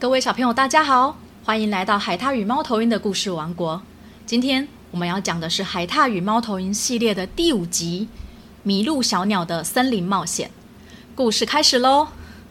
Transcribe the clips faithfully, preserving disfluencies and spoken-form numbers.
各位小朋友大家好，欢迎来到海獭与猫头鹰的故事王国。今天我们要讲的是海獭与猫头鹰系列的第五集，麋鹿小鸟的森林冒险。故事开始咯。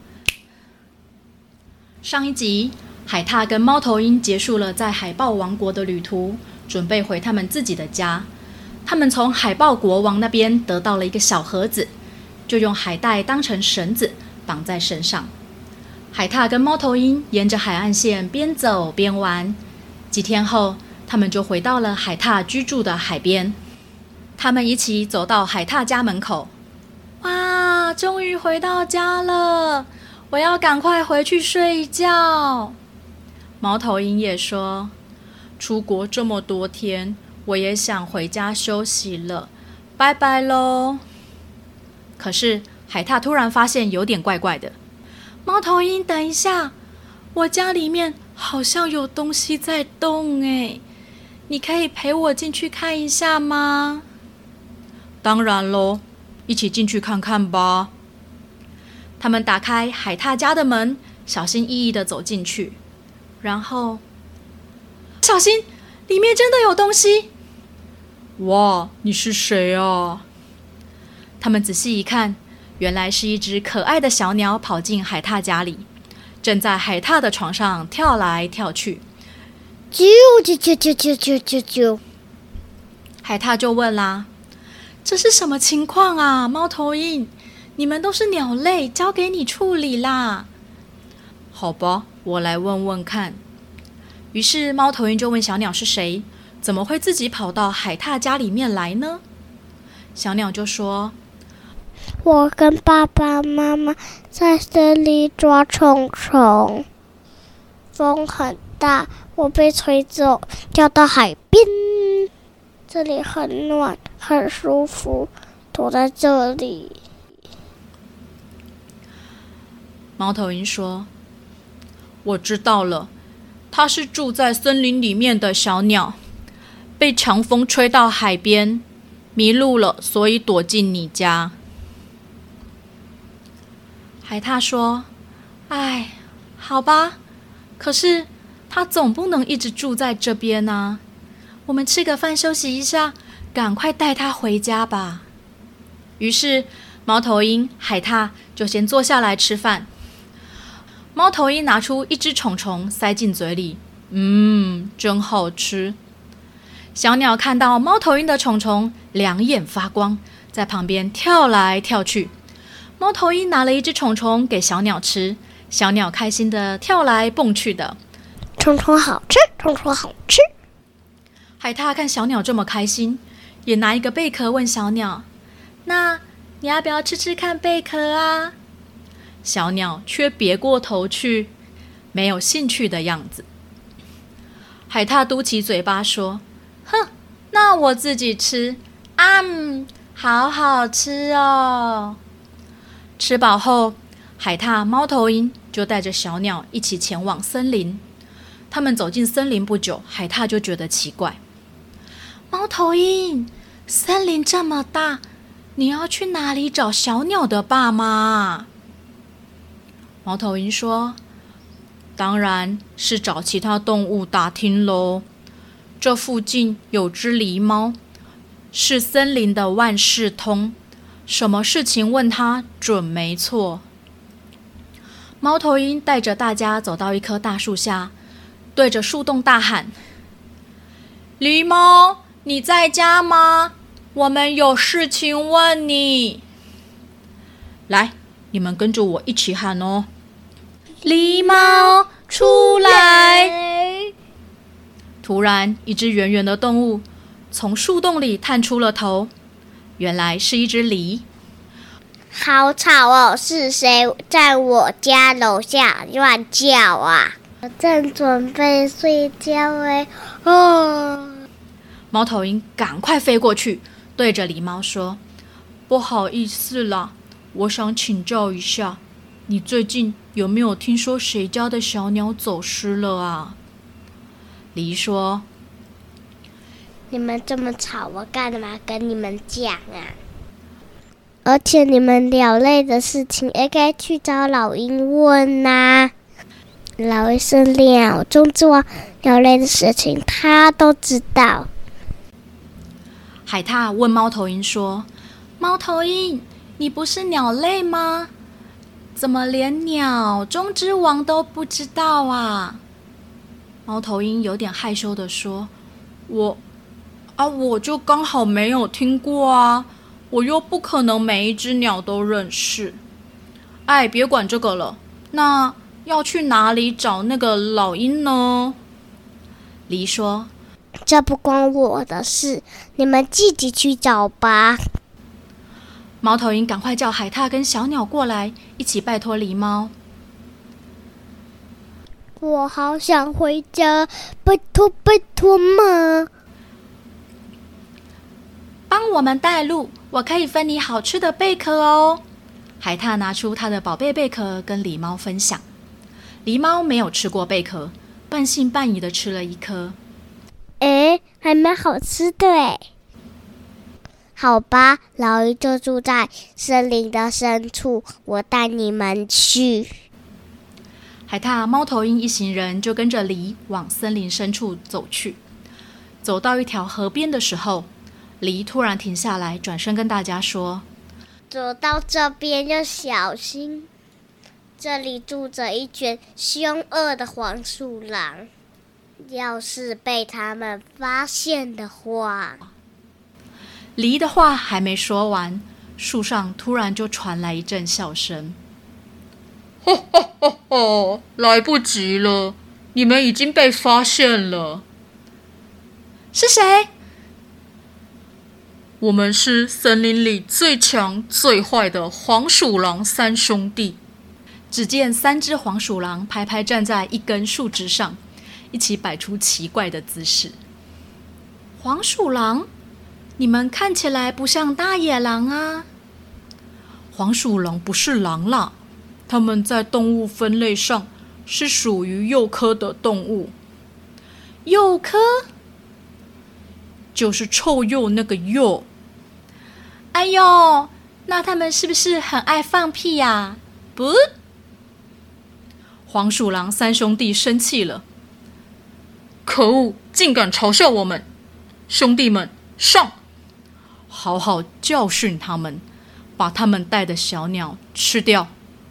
上一集海獭跟猫头鹰结束了在海豹王国的旅途，准备回他们自己的家。他们从海豹国王那边得到了一个小盒子，就用海带当成绳子绑在身上。海獭跟猫头鹰沿着海岸线边走边玩，几天后他们就回到了海獭居住的海边。他们一起走到海獭家门口，哇，终于回到家了，我要赶快回去睡觉。猫头鹰也说，出国这么多天，我也想回家休息了，拜拜咯。可是海獭突然发现有点怪怪的，猫头鹰，等一下，我家里面好像有东西在动诶，你可以陪我进去看一下吗？当然咯，一起进去看看吧。他们打开海獭家的门，小心翼翼地走进去，然后小心，里面真的有东西。哇，你是谁啊？他们仔细一看，原来是一只可爱的小鸟跑进海獭家里，正在海獭的床上跳来跳去。 啾啾啾啾啾啾啾啾！ 海獭就问啦：“这是什么情况啊？猫头鹰，你们都是鸟类，交给你处理啦。”好吧，我来问问看。于是猫头鹰就问小鸟是谁，怎么会自己跑到海獭家里面来呢？小鸟就说： 我跟爸爸妈妈在森林抓虫虫，风很大，我被吹走，跳到海边。这里很暖，很舒服，躲在这里。 猫头鹰说：我知道了，它是住在森林里面的小鸟，被强风吹到海边，迷路了，所以躲进你家。海獭说：哎，好吧，可是他总不能一直住在这边啊，我们吃个饭休息一下，赶快带他回家吧。于是猫头鹰、海獭就先坐下来吃饭。猫头鹰拿出一只虫虫塞进嘴里，嗯，真好吃。小鸟看到猫头鹰的虫虫，两眼发光，在旁边跳来跳去。猫头鹰拿了一只虫虫给小鸟吃，小鸟开心的跳来蹦去的。 虫虫好吃，虫虫好吃。 海獭看小鸟这么开心，也拿一个贝壳问小鸟：那你要不要吃吃看贝壳啊？小鸟却别过头去，没有兴趣的样子。海獭嘟起嘴巴说：哼，那我自己吃啊，嗯，好好吃哦。吃饱后，海獭、猫头鹰就带着小鸟一起前往森林。他们走进森林不久，海獭就觉得奇怪：猫头鹰，森林这么大，你要去哪里找小鸟的爸妈？猫头鹰说：当然是找其他动物打听咯。这附近有只狸猫，是森林的万事通，什么事情问他准没错。猫头鹰带着大家走到一棵大树下，对着树洞大喊：狸猫，你在家吗？我们有事情问你。来，你们跟着我一起喊哦，狸猫出来。突然一只圆圆的动物从树洞里探出了头，原来是一只狸。 好吵哦，是谁在我家楼下乱叫啊？我正准备睡觉诶。哦， 猫头鹰赶快飞过去，对着狸猫说：不好意思啦，我想请教一下，你最近有没有听说谁家的小鸟走失了啊？狸说： 你们这么吵，我干嘛跟你们讲啊？而且你们鸟类的事情应该去找老鹰问啊。 老鹰是鸟中之王，鸟类的事情他都知道。 海獭问猫头鹰说：猫头鹰，你不是鸟类吗？怎么连鸟中之王都不知道啊？猫头鹰有点害羞地说：我啊，我就刚好没有听过啊，我又不可能每一只鸟都认识。哎，别管这个了，那要去哪里找那个老鹰呢？狸说： 这不关我的事，你们自己去找吧。 猫头鹰赶快叫海獭跟小鸟过来，一起拜托狸猫。 我好想回家，拜托拜托嘛！ 帮我们带路，我可以分你好吃的贝壳哦。海獭拿出他的宝贝贝壳跟狸猫分享。狸猫没有吃过贝壳，半信半疑的吃了一颗。 诶，还蛮好吃的诶。好吧，老鹰就住在森林的深处，我带你们去。 海獭、猫头鹰一行人就跟着狸往森林深处走去。走到一条河边的时候，狸突然停下来，转身跟大家说： 走到这边要小心，这里住着一群凶恶的黄鼠狼，要是被他们发现的话…… 狸的话还没说完，树上突然就传来一阵笑声。吼吼吼吼！来不及了，你们已经被发现了。是谁？我们是森林里最强最坏的黄鼠狼三兄弟。只见三只黄鼠狼排排站在一根树枝上，一起摆出奇怪的姿势。黄鼠狼，你们看起来不像大野狼啊。黄鼠狼不是狼啦，它们在动物分类上是属于鼬科的动物。鼬科？就是臭鼬那个鼬。哎呦，那他们是不是很爱放屁呀、啊？不，黄鼠狼三兄弟生气了。可恶，竟敢嘲笑我们！兄弟们，上！好好教训他们，把他们带的小鸟吃掉。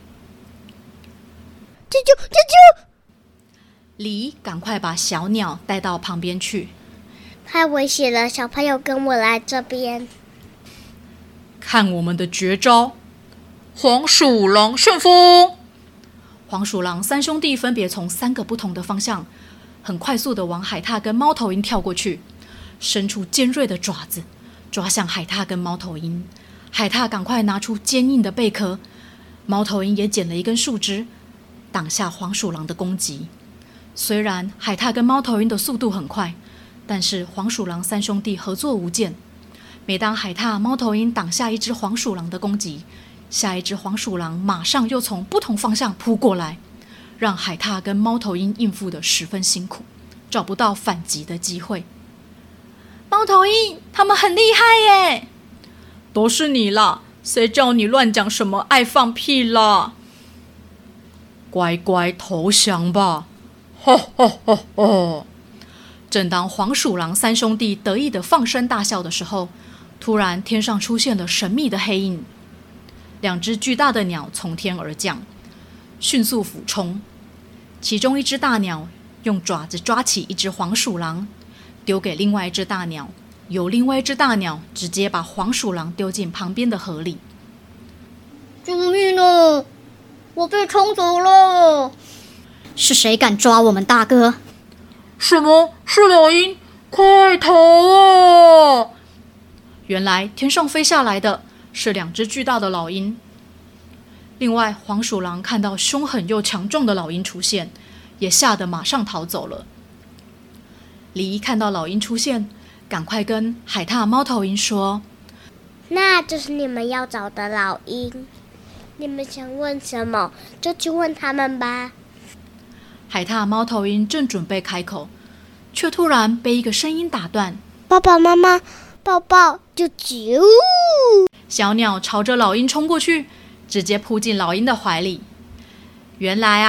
救救救救！ 狸赶快把小鸟带到旁边去。 太危险了，小朋友跟我来这边。 看我们的绝招，黄鼠狼旋风！黄鼠狼三兄弟分别从三个不同的方向，很快速的往海獭跟猫头鹰跳过去，伸出尖锐的爪子，抓向海獭跟猫头鹰。海獭赶快拿出坚硬的贝壳，猫头鹰也捡了一根树枝，挡下黄鼠狼的攻击。虽然海獭跟猫头鹰的速度很快，但是黄鼠狼三兄弟合作无间。每当海獭、猫头鹰挡下一只黄鼠狼的攻击，下一只黄鼠狼马上又从不同方向扑过来，让海獭跟猫头鹰应付得十分辛苦，找不到反击的机会。猫头鹰，他们很厉害耶！都是你啦，谁叫你乱讲什么爱放屁啦？乖乖投降吧！吼吼吼吼！正当黄鼠狼三兄弟得意的放声大笑的时候，突然天上出现了神秘的黑影，两只巨大的鸟从天而降，迅速俯冲。其中一只大鸟用爪子抓起一只黄鼠狼，丢给另外一只大鸟，由另外一只大鸟直接把黄鼠狼丢进旁边的河里。 救命啊！我被冲走了！ 是谁敢抓我们大哥？ 什么？是老鹰！快逃啊！原来天上飞下来的是两只巨大的老鹰。另外，黄鼠狼看到凶狠又强壮的老鹰出现，也吓得马上逃走了。狸看到老鹰出现，赶快跟海獭、猫头鹰说： 那就是你们要找的老鹰，你们想问什么就去问他们吧。 海獭、猫头鹰正准备开口，却突然被一个声音打断： 爸爸妈妈，抱抱，救救！ 小鸟朝着老鹰冲过去，直接扑进老鹰的怀里。原来啊，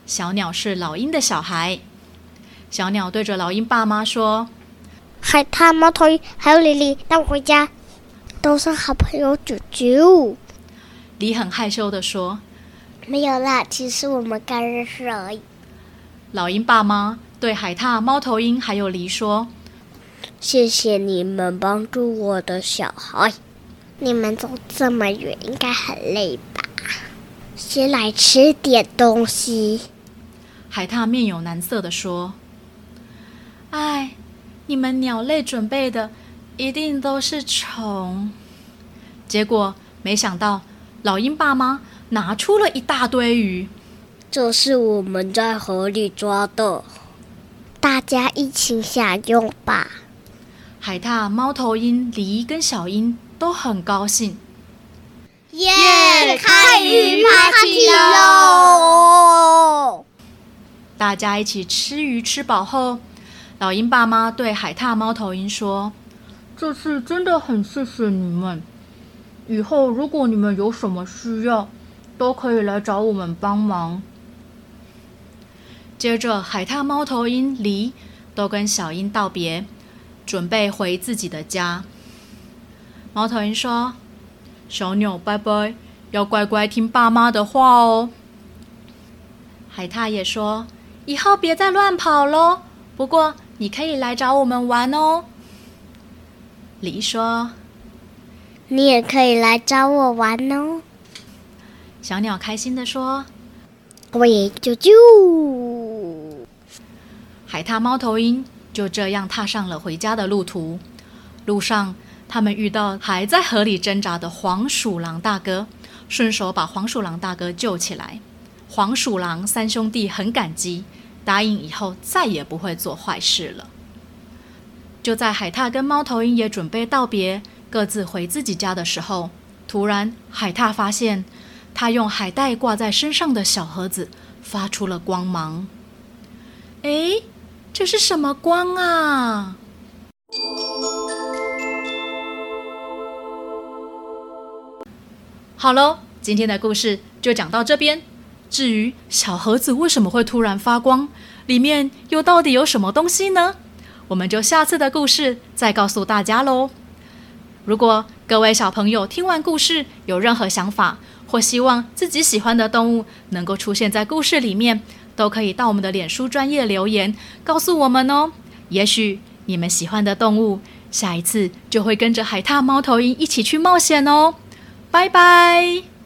小鸟是老鹰的小孩。小鸟对着老鹰爸妈说： 海獭、猫头鹰还有李李，带我回家，都是好朋友啾啾。 李很害羞地说： 没有啦，其实我们刚认识而已。 老鹰爸妈对海獭、猫头鹰还有梨说： 谢谢你们帮助我的小孩。你们走这么远，应该很累吧？先来吃点东西。 海獭面有难色地说：哎，你们鸟类准备的一定都是虫。结果没想到老鹰爸妈拿出了一大堆鱼。 这是我们在河里抓的，大家一起享用吧。 海獭、猫头鹰、梨跟小鹰都很高兴。 耶！开鱼 party 喽！ 大家一起吃鱼吃饱后，老鹰爸妈对海獭、猫头鹰说：这次真的很谢谢你们，以后如果你们有什么需要，都可以来找我们帮忙。接着海獭、猫头鹰、梨都跟小鹰道别，准备回自己的家。猫头鹰说：小鸟拜拜，要乖乖听爸妈的话哦。海獭也说：以后别再乱跑咯，不过你可以来找我们玩哦。梨说： 你也可以来找我玩哦。 小鸟开心地说： 我也啾啾。 海獭、猫头鹰就这样踏上了回家的路途。路上他们遇到还在河里挣扎的黄鼠狼大哥，顺手把黄鼠狼大哥救起来。黄鼠狼三兄弟很感激，答应以后再也不会做坏事了。就在海獭跟猫头鹰也准备道别，各自回自己家的时候，突然海獭发现他用海带挂在身上的小盒子发出了光芒。诶，这是什么光啊？好咯，今天的故事就讲到这边。至于小盒子为什么会突然发光，里面又到底有什么东西呢？我们就下次的故事再告诉大家咯。如果各位小朋友听完故事有任何想法，或希望自己喜欢的动物能够出现在故事里面，都可以到我们的脸书专页留言告诉我们哦。也许你们喜欢的动物下一次就会跟着海獭、猫头鹰一起去冒险哦。拜拜。